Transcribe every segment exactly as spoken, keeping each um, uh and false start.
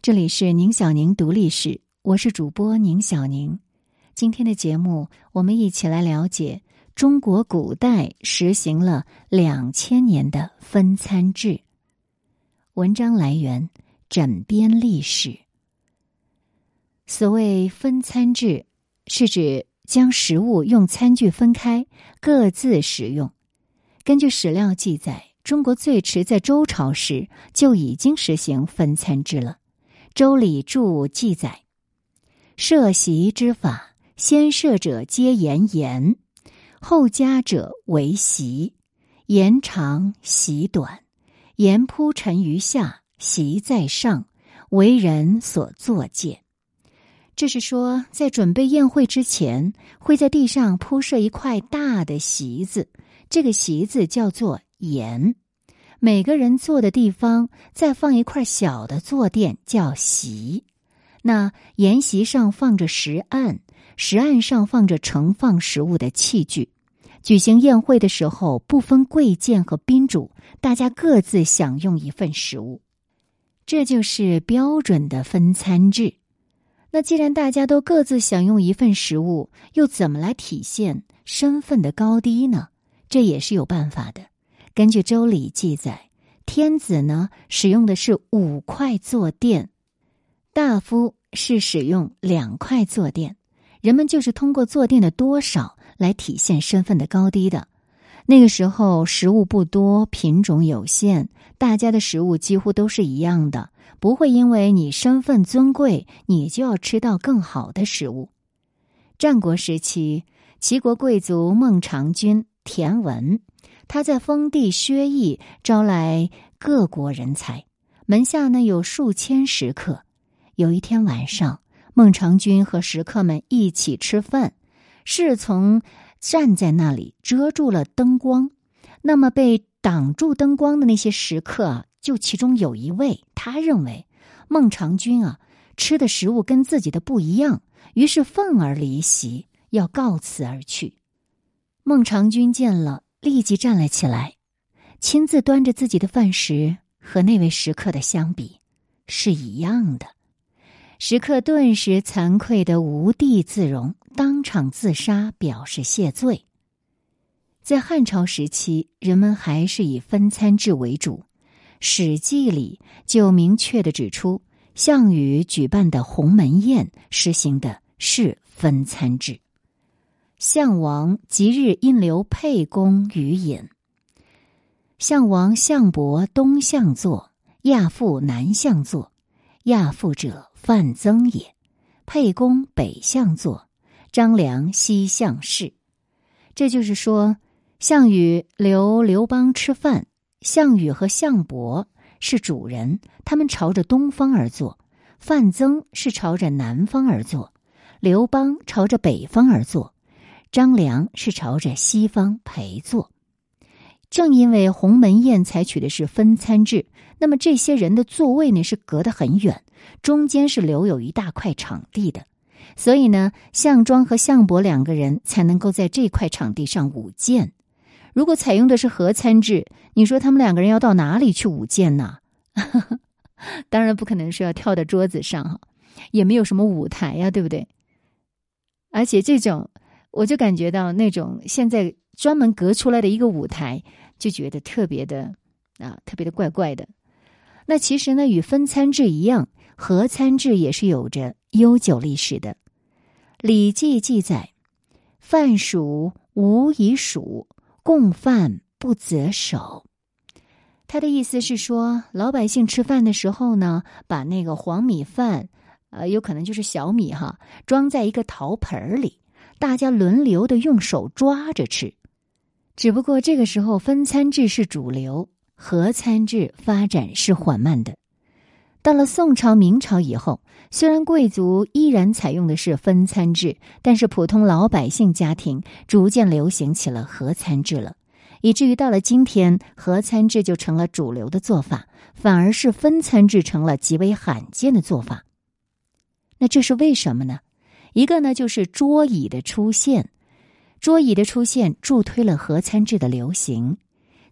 这里是宁小宁读历史，我是主播宁小宁。今天的节目，我们一起来了解中国古代实行了两千年的分餐制。文章来源枕边历史。所谓分餐制，是指将食物用餐具分开，各自食用。根据史料记载，中国最迟在周朝时就已经实行分餐制了。周礼注记载，设席之法，先设者皆言言，后加者为席，言长席短，言铺陈于下，席在上，为人所坐见。这是说，在准备宴会之前，会在地上铺设一块大的席子，这个席子叫做言。每个人坐的地方再放一块小的坐垫，叫席。那沿席上放着石案，石案上放着盛放食物的器具。举行宴会的时候，不分贵贱和宾主，大家各自享用一份食物，这就是标准的分餐制。那既然大家都各自享用一份食物，又怎么来体现身份的高低呢？这也是有办法的。根据周礼记载，天子呢使用的是五块坐垫，大夫是使用两块坐垫，人们就是通过坐垫的多少来体现身份的高低的。那个时候食物不多，品种有限，大家的食物几乎都是一样的，不会因为你身份尊贵，你就要吃到更好的食物。战国时期，齐国贵族孟尝君田文，他在封地薛邑招来各国人才，门下呢有数千食客。有一天晚上，孟尝君和食客们一起吃饭，侍从站在那里遮住了灯光。那么被挡住灯光的那些食客啊，就其中有一位，他认为孟尝君啊吃的食物跟自己的不一样，于是愤而离席，要告辞而去。孟尝君见了，立即站了起来，亲自端着自己的饭食，和那位食客的相比是一样的。食客顿时惭愧得无地自容，当场自杀，表示谢罪。在汉朝时期，人们还是以分餐制为主。史记里就明确地指出，项羽举办的鸿门宴实行的是分餐制。项王即日因留沛公于饮，项王项伯东向坐，亚父南向坐，亚父者范增也，沛公北向坐，张良西向侍。这就是说，项羽留刘邦吃饭，项羽和项伯是主人，他们朝着东方而坐，范增是朝着南方而坐，刘邦朝着北方而坐，张良是朝着西方陪坐。正因为鸿门宴采取的是分餐制，那么这些人的座位呢是隔得很远，中间是留有一大块场地的，所以呢，项庄和项伯两个人才能够在这块场地上舞剑。如果采用的是合餐制，你说他们两个人要到哪里去舞剑呢？当然不可能说要跳到桌子上哈，也没有什么舞台呀，对不对？而且这种我就感觉到那种现在专门隔出来的一个舞台，就觉得特别的啊，特别的怪怪的。那其实呢，与分餐制一样，合餐制也是有着悠久历史的。《礼记》记载，饭黍无以黍，共饭不择手。他的意思是说，老百姓吃饭的时候呢，把那个黄米饭，呃，有可能就是小米哈，装在一个陶盆里，大家轮流的用手抓着吃。只不过这个时候分餐制是主流，合餐制发展是缓慢的。到了宋朝明朝以后，虽然贵族依然采用的是分餐制，但是普通老百姓家庭逐渐流行起了合餐制了，以至于到了今天，合餐制就成了主流的做法，反而是分餐制成了极为罕见的做法。那这是为什么呢？一个呢就是桌椅的出现，桌椅的出现助推了合餐制的流行。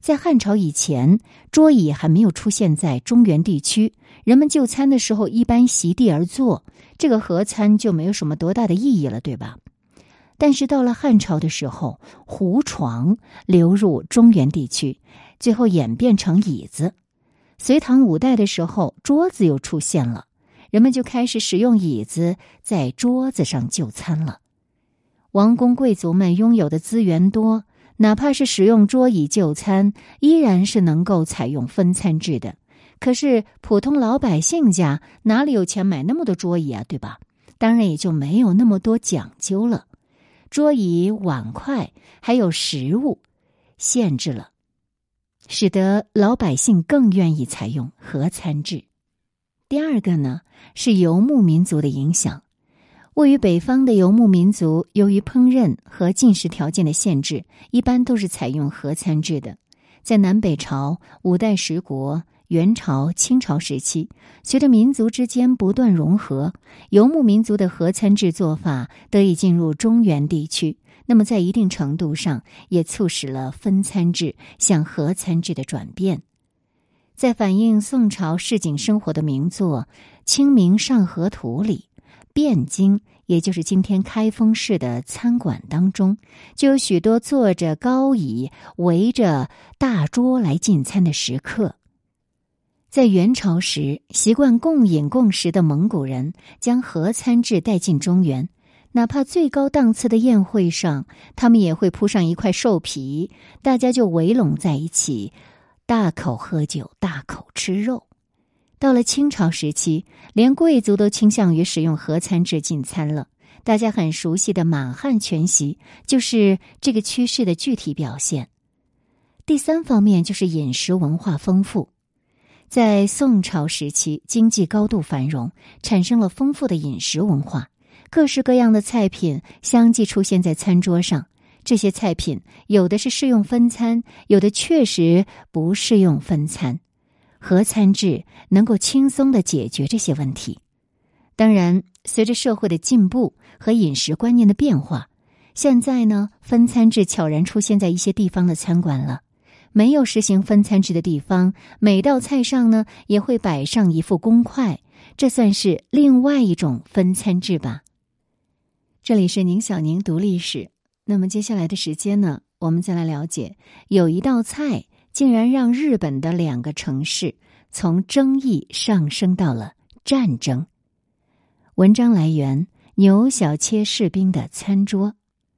在汉朝以前，桌椅还没有出现在中原地区，人们就餐的时候一般席地而坐，这个合餐就没有什么多大的意义了，对吧？但是到了汉朝的时候，胡床流入中原地区，最后演变成椅子。隋唐五代的时候，桌子又出现了，人们就开始使用椅子在桌子上就餐了。王公贵族们拥有的资源多，哪怕是使用桌椅就餐，依然是能够采用分餐制的。可是普通老百姓家哪里有钱买那么多桌椅啊，对吧？当然也就没有那么多讲究了。桌椅、碗筷还有食物限制了，使得老百姓更愿意采用合餐制。第二个呢，是游牧民族的影响。位于北方的游牧民族，由于烹饪和进食条件的限制，一般都是采用合餐制的。在南北朝、五代十国、元朝、清朝时期，随着民族之间不断融合，游牧民族的合餐制做法得以进入中原地区，那么在一定程度上也促使了分餐制向合餐制的转变。在反映宋朝市井生活的名作《清明上河图》里，汴京，也就是今天开封市的餐馆当中，就有许多坐着高椅围着大桌来进餐的食客。在元朝时，习惯共饮共食的蒙古人将合餐制带进中原，哪怕最高档次的宴会上，他们也会铺上一块兽皮，大家就围拢在一起，大口喝酒，大口吃肉。到了清朝时期，连贵族都倾向于使用合餐制进餐了。大家很熟悉的满汉全席就是这个趋势的具体表现。第三方面就是饮食文化丰富。在宋朝时期，经济高度繁荣，产生了丰富的饮食文化，各式各样的菜品相继出现在餐桌上。这些菜品有的是适用分餐，有的确实不适用分餐。合餐制能够轻松地解决这些问题。当然，随着社会的进步和饮食观念的变化，现在呢，分餐制悄然出现在一些地方的餐馆了。没有实行分餐制的地方，每道菜上呢也会摆上一副公筷，这算是另外一种分餐制吧。这里是宁小宁读历史。那么接下来的时间呢，我们再来了解，有一道菜竟然让日本的两个城市从争议上升到了战争。文章来源：牛小切士兵的餐桌。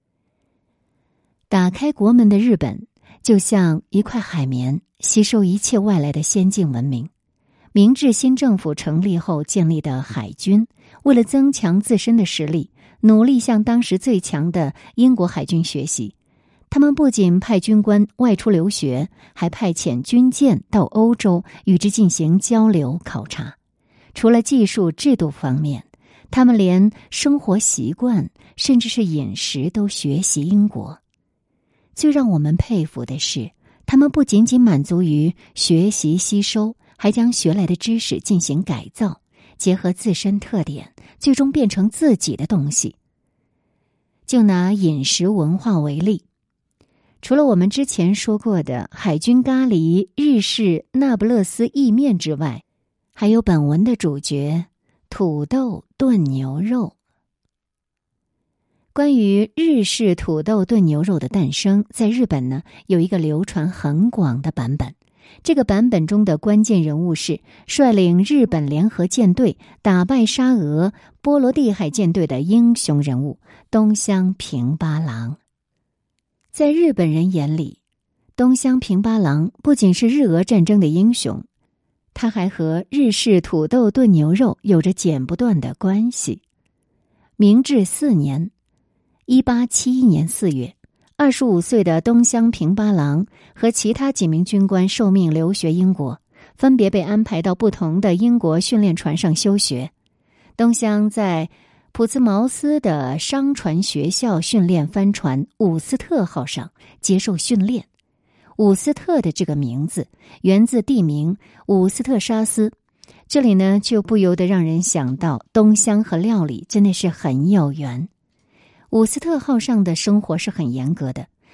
打开国门的日本，就像一块海绵，吸收一切外来的先进文明。明治新政府成立后建立的海军，为了增强自身的实力，努力向当时最强的英国海军学习。他们不仅派军官外出留学，还派遣军舰到欧洲与之进行交流考察。除了技术制度方面，他们连生活习惯甚至是饮食都学习英国。最让我们佩服的是，他们不仅仅满足于学习吸收，还将学来的知识进行改造，结合自身特点，最终变成自己的东西。就拿饮食文化为例，除了我们之前说过的海军咖喱、日式那不勒斯意面之外，还有本文的主角土豆炖牛肉。关于日式土豆炖牛肉的诞生，在日本呢有一个流传很广的版本。这个版本中的关键人物是率领日本联合舰队打败沙俄波罗的海舰队的英雄人物东乡平八郎。在日本人眼里，东乡平八郎不仅是日俄战争的英雄，他还和日式土豆炖牛肉有着剪不断的关系。明治四年一八七一年四月，二十五岁的东乡平八郎和其他几名军官受命留学英国，分别被安排到不同的英国训练船上修学。东乡在普茨茅斯的商船学校训练帆船伍斯特号上接受训练。伍斯特的这个名字源自地名伍斯特沙斯，这里呢就不由得让人想到东乡和料理真的是很有缘。伍斯特号上的生活是很严格的，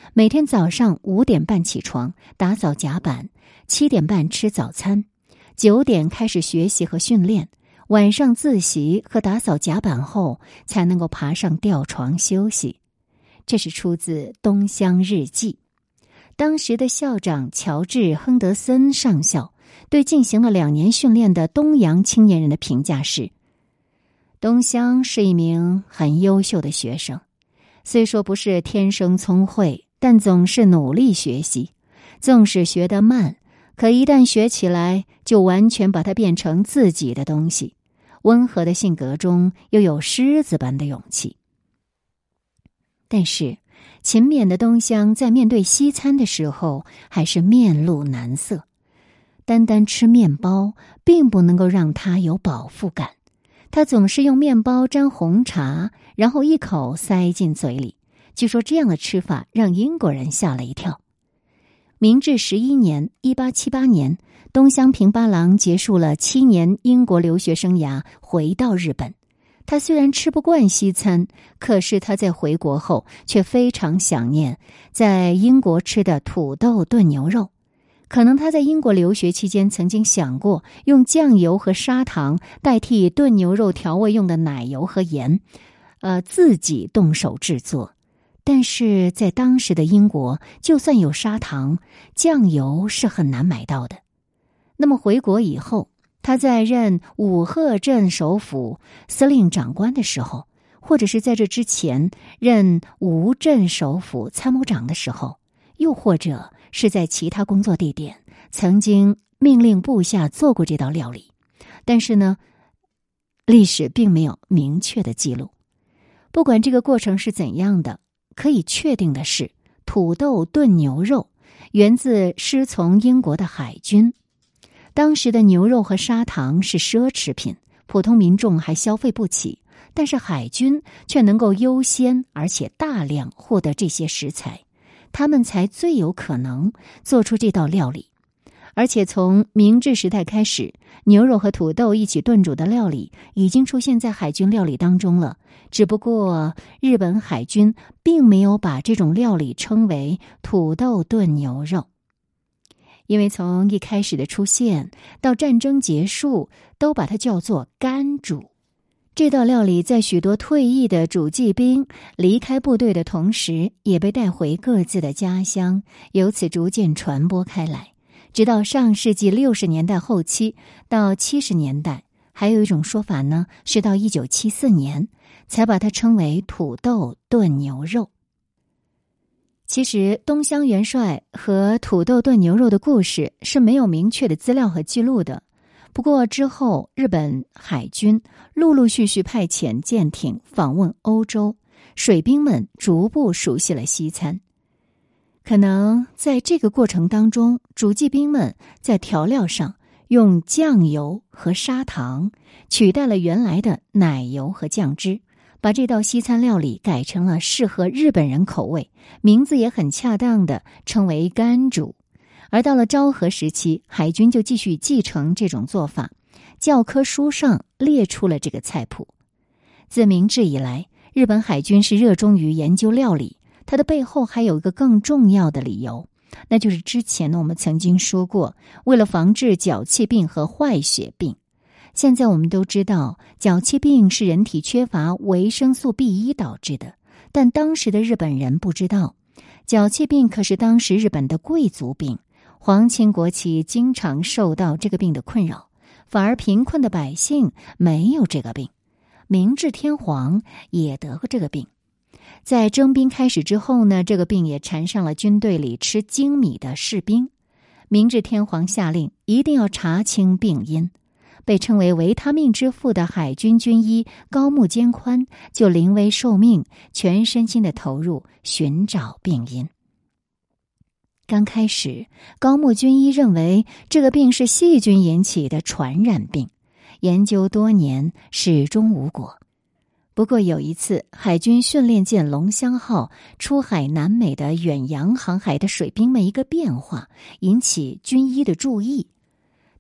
每天早上五点半起床，打扫甲板，七点半吃早餐，九点开始学习和训练，晚上自习和打扫甲板后才能够爬上吊床休息。这是出自东乡日记。当时的校长乔治·亨德森上校对进行了两年训练的东洋青年人的评价是：东乡是一名很优秀的学生，虽说不是天生聪慧，但总是努力学习，纵使学得慢，可一旦学起来，就完全把它变成自己的东西。温和的性格中又有狮子般的勇气。但是勤勉的东乡在面对西餐的时候还是面露难色，单单吃面包并不能够让他有饱腹感，他总是用面包沾红茶，然后一口塞进嘴里。据说这样的吃法让英国人吓了一跳。明治十一年一八七八年，东乡平八郎结束了七年英国留学生涯，回到日本。他虽然吃不惯西餐，可是他在回国后却非常想念在英国吃的土豆炖牛肉。可能他在英国留学期间曾经想过用酱油和砂糖代替炖牛肉调味用的奶油和盐，呃，自己动手制作。但是在当时的英国，就算有砂糖，酱油是很难买到的。那么回国以后，他在任武贺镇首府司令长官的时候，或者是在这之前任吴镇首府参谋长的时候，又或者是在其他工作地点曾经命令部下做过这道料理，但是呢，历史并没有明确的记录。不管这个过程是怎样的，可以确定的是，土豆炖牛肉源自师从英国的海军。当时的牛肉和砂糖是奢侈品，普通民众还消费不起，但是海军却能够优先而且大量获得这些食材，他们才最有可能做出这道料理。而且从明治时代开始，牛肉和土豆一起炖煮的料理已经出现在海军料理当中了，只不过日本海军并没有把这种料理称为土豆炖牛肉。因为从一开始的出现到战争结束，都把它叫做干煮。这道料理在许多退役的主祭兵离开部队的同时，也被带回各自的家乡，由此逐渐传播开来。直到上世纪六十年代后期到七十年代，还有一种说法呢，是到一九七四年才把它称为土豆炖牛肉。其实东乡元帅和土豆炖牛肉的故事是没有明确的资料和记录的。不过之后日本海军陆陆续续派遣舰艇访问欧洲，水兵们逐步熟悉了西餐。可能在这个过程当中，主祭兵们在调料上用酱油和砂糖取代了原来的奶油和酱汁，把这道西餐料理改成了适合日本人口味，名字也很恰当的称为干煮。而到了昭和时期，海军就继续继承这种做法，教科书上列出了这个菜谱。自明治以来，日本海军是热衷于研究料理，它的背后还有一个更重要的理由，那就是之前呢我们曾经说过，为了防治脚气病和坏血病。现在我们都知道，脚气病是人体缺乏维生素 B 一 导致的，但当时的日本人不知道，脚气病可是当时日本的贵族病，皇亲国戚经常受到这个病的困扰，反而贫困的百姓没有这个病。明治天皇也得过这个病。在征兵开始之后呢，这个病也缠上了军队里吃精米的士兵。明治天皇下令一定要查清病因。被称为维他命之父的海军军医高木兼宽就临危受命，全身心的投入寻找病因。刚开始，高木军医认为这个病是细菌引起的传染病，研究多年始终无果。不过有一次，海军训练舰龙香号出海南美的远洋航海的水兵们一个变化，引起军医的注意。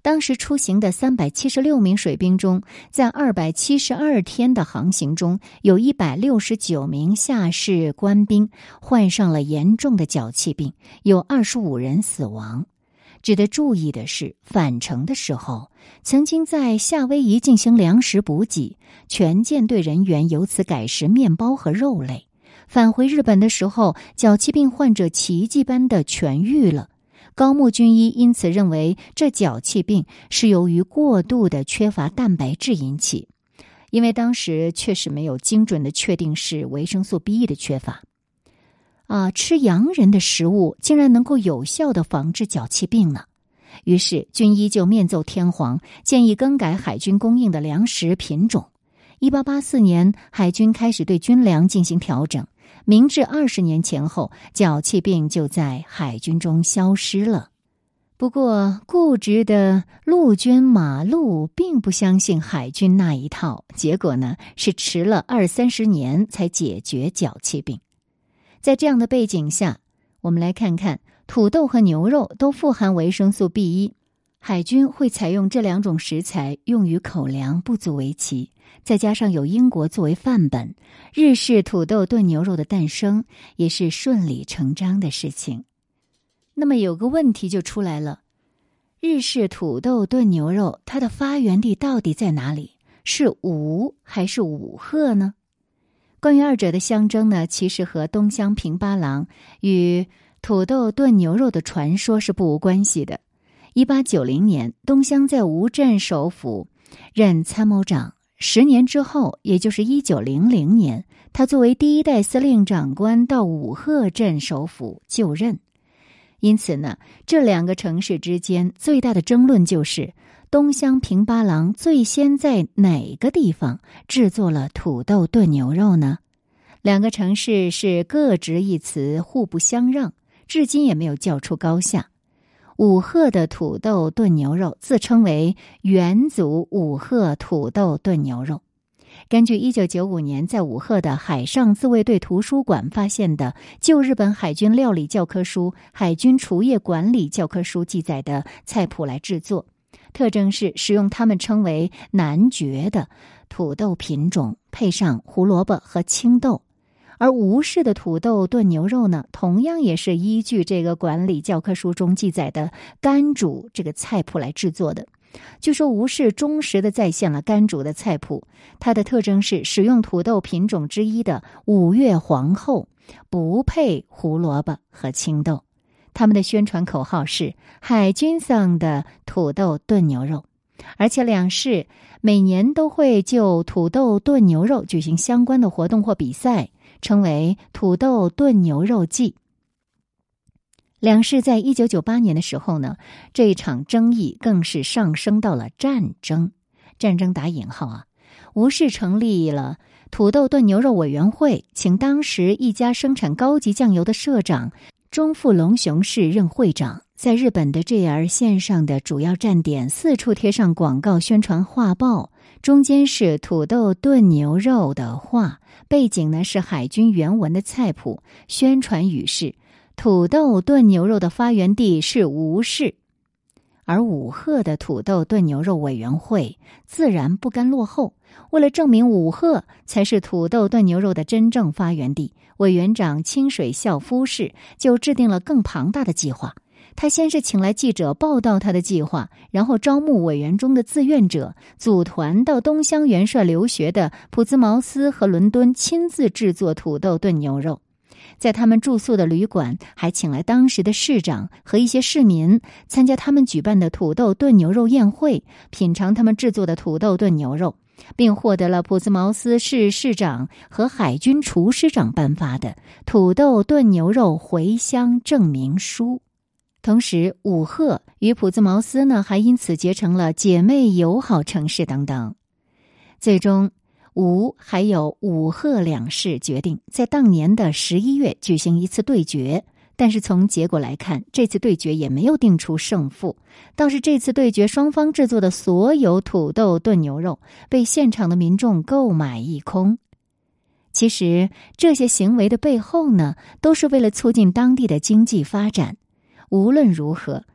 当时出行的三百七十六名水兵中，在二百七十二天的航行中，有一百六十九名下士官兵患上了严重的脚气病，有二十五人死亡。值得注意的是，返程的时候，曾经在夏威夷进行粮食补给，全舰队人员由此改食面包和肉类。返回日本的时候，脚气病患者奇迹般的痊愈了。高木军一因此认为，这脚气病是由于过度的缺乏蛋白质引起，因为当时确实没有精准的确定是维生素 B 的缺乏。啊，吃洋人的食物竟然能够有效的防治脚气病呢？于是军医就面奏天皇，建议更改海军供应的粮食品种。一八八四年，海军开始对军粮进行调整。明治二十年前后，脚气病就在海军中消失了。不过，固执的陆军马陆并不相信海军那一套，结果呢是迟了二三十年才解决脚气病。在这样的背景下，我们来看看土豆和牛肉都富含维生素 B 一， 海军会采用这两种食材用于口粮，不足为奇。再加上有英国作为范本，日式土豆炖牛肉的诞生也是顺理成章的事情。那么有个问题就出来了，日式土豆炖牛肉它的发源地到底在哪里？是吴还是武赫呢？关于二者的相争呢，其实和东乡平八郎与土豆炖牛肉的传说是不无关系的。一八九零年，东乡在吴镇守府任参谋长，十年之后，也就是一九零零年，他作为第一代司令长官到武赫镇守府就任。因此呢，这两个城市之间最大的争论就是东乡平八郎最先在哪个地方制作了土豆炖牛肉呢？两个城市是各执一词，互不相让，至今也没有较出高下。武赫的土豆炖牛肉自称为元祖武赫土豆炖牛肉。根据一九九五年在武赫的海上自卫队图书馆发现的旧日本海军料理教科书、海军厨业管理教科书记载的菜谱来制作，特征是使用他们称为男爵的土豆品种，配上胡萝卜和青豆。而吴氏的土豆炖牛肉呢，同样也是依据这个管理教科书中记载的甘煮这个菜谱来制作的。据说吴氏忠实地再现了甘煮的菜谱，它的特征是使用土豆品种之一的五月皇后，不配胡萝卜和青豆。他们的宣传口号是海军桑的土豆炖牛肉，而且两市每年都会就土豆炖牛肉举行相关的活动或比赛，称为土豆炖牛肉季。两市在一九九八年的时候呢，这一场争议更是上升到了战争，战争打引号啊。吴氏成立了土豆炖牛肉委员会，请当时一家生产高级酱油的社长中富隆雄氏任会长，在日本的 J R 线上的主要站点四处贴上广告宣传画报，中间是土豆炖牛肉的画，背景呢是海军原文的菜谱，宣传语是土豆炖牛肉的发源地是吴氏。而武赫的土豆炖牛肉委员会自然不甘落后，为了证明武赫才是土豆炖牛肉的真正发源地，委员长清水孝夫氏就制定了更庞大的计划。他先是请来记者报道他的计划，然后招募委员中的自愿者，组团到东乡元帅留学的普兹茅斯和伦敦亲自制作土豆炖牛肉。在他们住宿的旅馆还请来当时的市长和一些市民参加他们举办的土豆炖牛肉宴会，品尝他们制作的土豆炖牛肉，并获得了普兹茅斯市市长和海军厨师长颁发的土豆炖牛肉回乡证明书。同时，武赫与普兹茅斯呢还因此结成了姐妹友好城市等等。最终吴还有武赫两市决定在当年的十一月举行一次对决，但是从结果来看，这次对决也没有定出胜负，倒是这次对决双方制作的所有土豆炖牛肉被现场的民众购买一空。其实这些行为的背后呢，都是为了促进当地的经济发展。无论如何，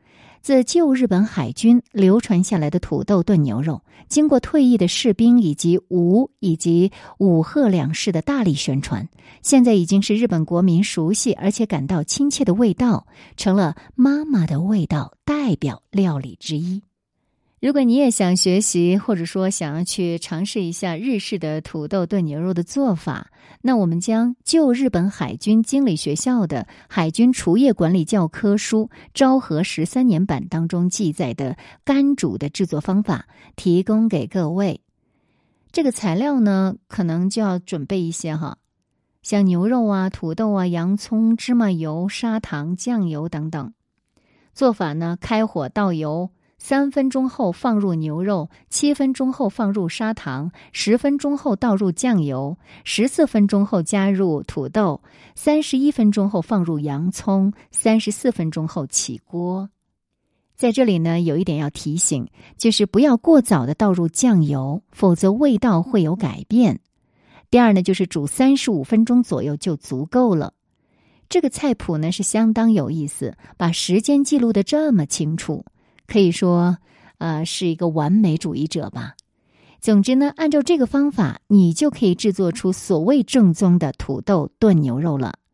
自旧日本海军流传下来的土豆炖牛肉，经过退役的士兵以及吴以及武赫两世的大力宣传，现在已经是日本国民熟悉而且感到亲切的味道，成了妈妈的味道代表料理之一。如果你也想学习，或者说想要去尝试一下日式的土豆炖牛肉的做法，那我们将旧日本海军经理学校的海军厨业管理教科书昭和十三年版当中记载的干煮的制作方法提供给各位。这个材料呢，可能就要准备一些哈，像牛肉啊、土豆啊、洋葱、芝麻油、砂糖、酱油等等。做法呢，开火倒油，三分钟后放入牛肉，七分钟后放入砂糖，十分钟后倒入酱油，十四分钟后加入土豆，三十一分钟后放入洋葱，三十四分钟后起锅。在这里呢，有一点要提醒，就是不要过早的倒入酱油，否则味道会有改变。第二呢，就是煮三十五分钟左右就足够了。这个菜谱呢是相当有意思，把时间记录得这么清楚，可以说呃是一个完美主义者吧。总之呢，按照这个方法，你就可以制作出所谓正宗的土豆炖牛肉了。